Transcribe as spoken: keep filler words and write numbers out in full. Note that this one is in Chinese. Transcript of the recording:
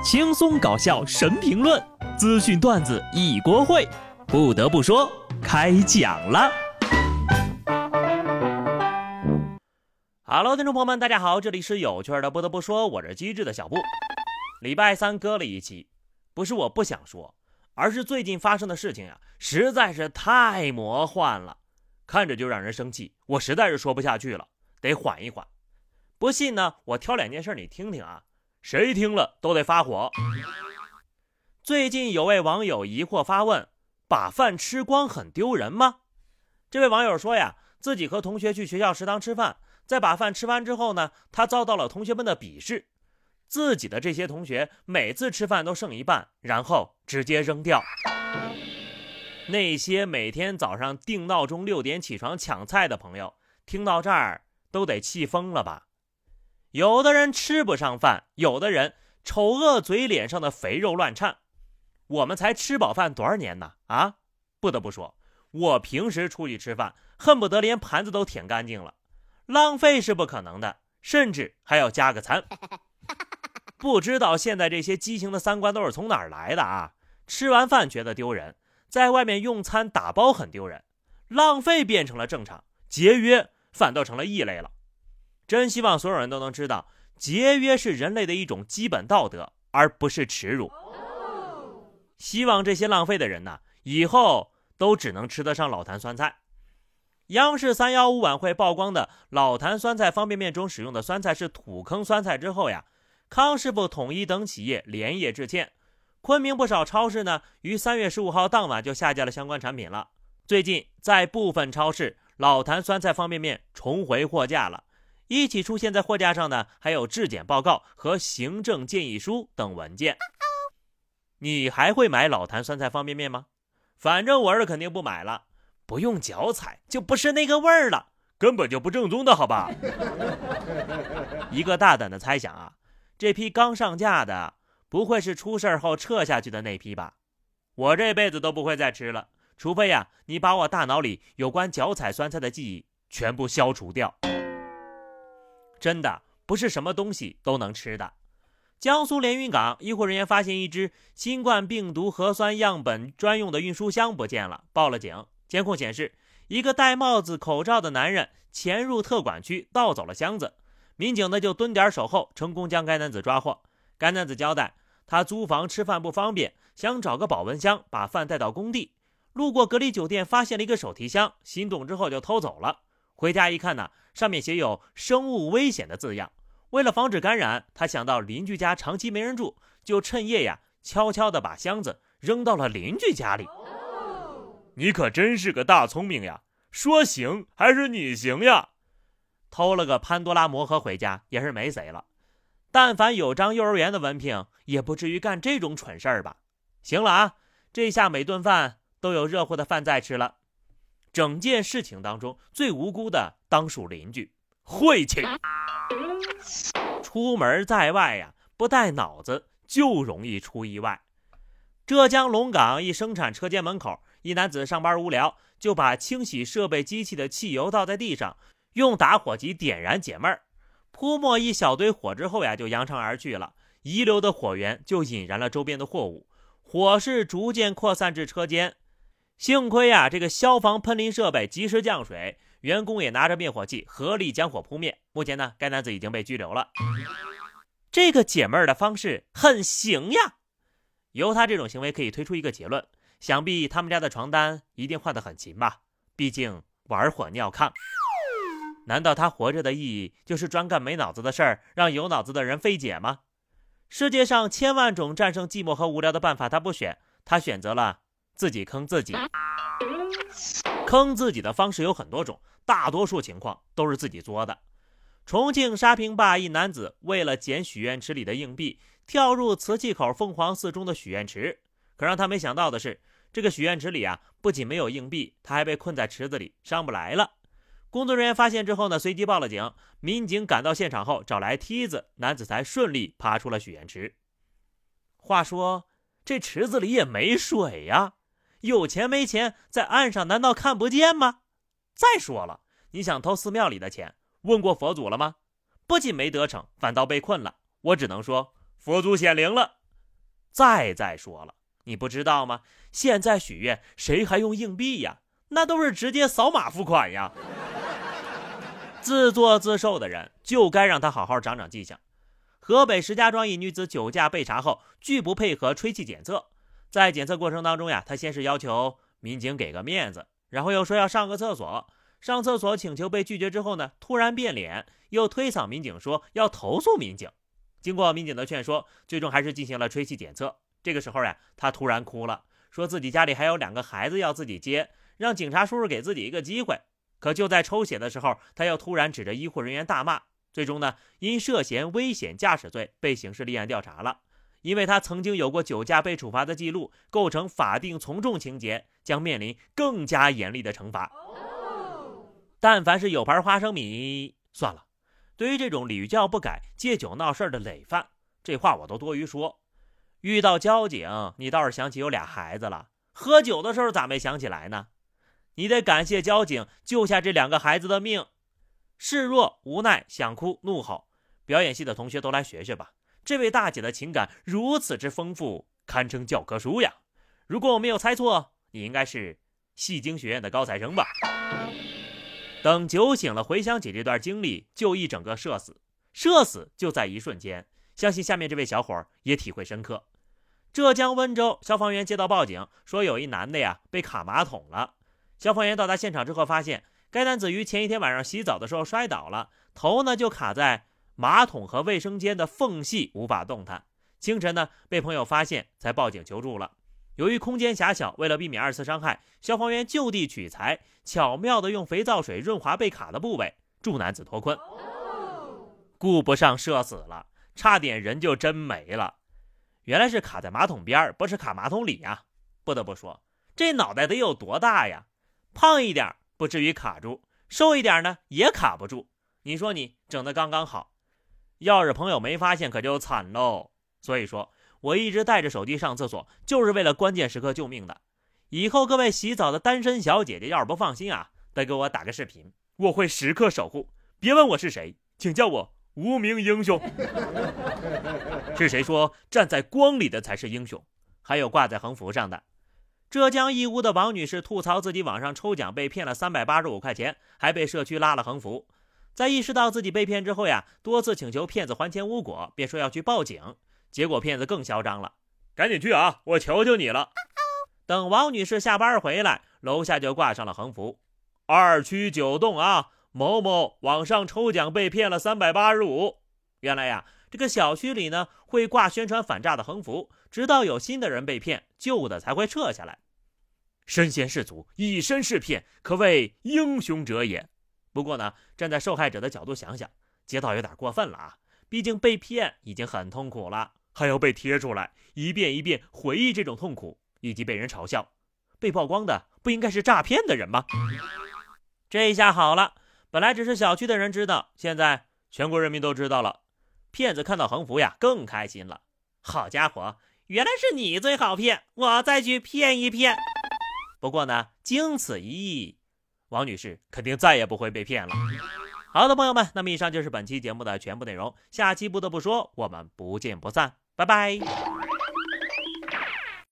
轻松搞笑神评论，资讯段子一锅烩。不得不说，开讲了。Hello， 听众朋友们，大家好，这里是有趣的。不得不说，我是机智的小布。礼拜三割了一期，不是我不想说，而是最近发生的事情呀，实在是太魔幻了，看着就让人生气，我实在是说不下去了，得缓一缓。不信呢，我挑两件事你听听啊，谁听了都得发火。最近有位网友疑惑发问，把饭吃光很丢人吗？这位网友说呀，自己和同学去学校食堂吃饭，在把饭吃完之后呢，他遭到了同学们的鄙视。自己的这些同学每次吃饭都剩一半，然后直接扔掉。那些每天早上定闹钟六点起床抢菜的朋友，听到这儿都得气疯了吧？有的人吃不上饭，有的人丑恶嘴脸上的肥肉乱颤。我们才吃饱饭多少年呢？啊，不得不说，我平时出去吃饭，恨不得连盘子都舔干净了，浪费是不可能的，甚至还要加个餐。不知道现在这些畸形的三观都是从哪儿来的啊？吃完饭觉得丢人，在外面用餐打包很丢人，浪费变成了正常，节约反倒成了异类了。真希望所有人都能知道，节约是人类的一种基本道德，而不是耻辱。希望这些浪费的人呢，以后都只能吃得上老坛酸菜。央视三一五晚会曝光的老坛酸菜方便面中使用的酸菜是土坑酸菜之后呀，康师傅、统一等企业连夜致歉。昆明不少超市呢，于三月十五号当晚就下架了相关产品了。最近在部分超市，老坛酸菜方便面重回货架了。一起出现在货架上的还有质检报告和行政建议书等文件。你还会买老坛酸菜方便面吗？反正我是肯定不买了，不用脚踩就不是那个味儿了，根本就不正宗的好吧。一个大胆的猜想啊，这批刚上架的不会是出事后撤下去的那批吧？我这辈子都不会再吃了，除非呀，你把我大脑里有关脚踩酸菜的记忆全部消除掉。真的不是什么东西都能吃的。江苏连云港医护人员发现一只新冠病毒核酸样本专用的运输箱不见了，报了警。监控显示，一个戴帽子口罩的男人潜入特管区盗走了箱子，民警呢就蹲点守候，成功将该男子抓获。该男子交代，他租房吃饭不方便，想找个保温箱把饭带到工地，路过隔离酒店发现了一个手提箱，心动之后就偷走了。回家一看呢，上面写有生物危险的字样。为了防止感染，他想到邻居家长期没人住，就趁夜呀悄悄地把箱子扔到了邻居家里。你可真是个大聪明呀，说行还是你行呀。偷了个潘多拉魔盒回家也是没谁了，但凡有张幼儿园的文凭，也不至于干这种蠢事儿吧。行了啊，这下每顿饭都有热乎的饭菜吃了。整件事情当中最无辜的当属邻居，晦气。出门在外呀，不带脑子就容易出意外。浙江龙岗一生产车间门口，一男子上班无聊，就把清洗设备机器的汽油倒在地上，用打火机点燃解闷儿，扑没一小堆火之后呀，就扬长而去了。遗留的火源就引燃了周边的货物，火势逐渐扩散至车间。幸亏啊，这个消防喷淋设备及时降水，员工也拿着灭火器合力将火扑灭。目前呢，该男子已经被拘留了。这个解闷的方式很行呀。由他这种行为可以推出一个结论，想必他们家的床单一定换得很勤吧，毕竟玩火尿炕。难道他活着的意义就是专干没脑子的事儿，让有脑子的人费解吗？世界上千万种战胜寂寞和无聊的办法他不选，他选择了自己坑自己。坑自己的方式有很多种，大多数情况都是自己作的。重庆沙坪坝一男子为了捡许愿池里的硬币，跳入瓷器口凤凰寺中的许愿池。可让他没想到的是，这个许愿池里啊，不仅没有硬币，他还被困在池子里，上不来了。工作人员发现之后呢，随即报了警。民警赶到现场后，找来梯子，男子才顺利爬出了许愿池。话说，这池子里也没水呀，有钱没钱，在岸上难道看不见吗？再说了，你想偷寺庙里的钱，问过佛祖了吗？不仅没得逞，反倒被困了。我只能说，佛祖显灵了。 再再说了，你不知道吗？现在许愿谁还用硬币呀？那都是直接扫码付款呀。自作自受的人就该让他好好长长记性。河北石家庄一女子酒驾被查后拒不配合吹气检测，在检测过程当中呀，她先是要求民警给个面子，然后又说要上个厕所，上厕所请求被拒绝之后呢，突然变脸，又推搡民警说要投诉民警。经过民警的劝说，最终还是进行了吹气检测。这个时候呀，她突然哭了，说自己家里还有两个孩子要自己接，让警察叔叔给自己一个机会。可就在抽血的时候，她又突然指着医护人员大骂。最终呢，因涉嫌危险驾驶罪被刑事立案调查了。因为他曾经有过酒驾被处罚的记录，构成法定从重情节，将面临更加严厉的惩罚。但凡是有盘花生米，算了。对于这种屡教不改、借酒闹事的累犯，这话我都多余说。遇到交警，你倒是想起有俩孩子了，喝酒的时候咋没想起来呢？你得感谢交警救下这两个孩子的命。示弱、无奈、想哭、怒吼，表演系的同学都来学学吧。这位大姐的情感如此之丰富，堪称教科书呀。如果我没有猜错，你应该是戏精学院的高材生吧。等酒醒了回想起这段经历，就一整个社死。社死就在一瞬间，相信下面这位小伙也体会深刻。浙江温州消防员接到报警，说有一男的呀被卡马桶了。消防员到达现场之后发现，该男子于前一天晚上洗澡的时候摔倒了，头呢就卡在马桶和卫生间的缝隙，无法动弹。清晨呢，被朋友发现，才报警求助了。由于空间狭小，为了避免二次伤害，消防员就地取材，巧妙地用肥皂水润滑被卡的部位，助男子脱困。顾不上社死了，差点人就真没了。原来是卡在马桶边，不是卡马桶里啊！不得不说，这脑袋得有多大呀？胖一点不至于卡住，瘦一点呢也卡不住。你说你整得刚刚好。要是朋友没发现可就惨喽。所以说我一直带着手机上厕所，就是为了关键时刻救命的。以后各位洗澡的单身小姐姐要是不放心啊，得给我打个视频，我会时刻守护。别问我是谁，请叫我无名英雄。是谁说站在光里的才是英雄？还有挂在横幅上的。浙江义乌的王女士吐槽自己网上抽奖被骗了三百八十五块钱，还被社区拉了横幅。在意识到自己被骗之后呀，多次请求骗子还钱无果，便说要去报警。结果骗子更嚣张了，赶紧去啊，我求求你了。等王女士下班回来，楼下就挂上了横幅：二区九栋啊，某某网上抽奖被骗了三百八十五。原来呀，这个小区里呢会挂宣传反诈的横幅，直到有新的人被骗，旧的才会撤下来。身先士卒，以身试骗，可谓英雄者也。不过呢，站在受害者的角度想想，街道有点过分了啊！毕竟被骗已经很痛苦了，还要被贴出来，一遍一遍回忆这种痛苦，以及被人嘲笑。被曝光的不应该是诈骗的人吗？这一下好了，本来只是小区的人知道，现在全国人民都知道了。骗子看到横幅呀，更开心了。好家伙，原来是你最好骗，我再去骗一骗。不过呢，经此一役，王女士肯定再也不会被骗了。好的，朋友们，那么以上就是本期节目的全部内容，下期不得不说，我们不见不散，拜拜。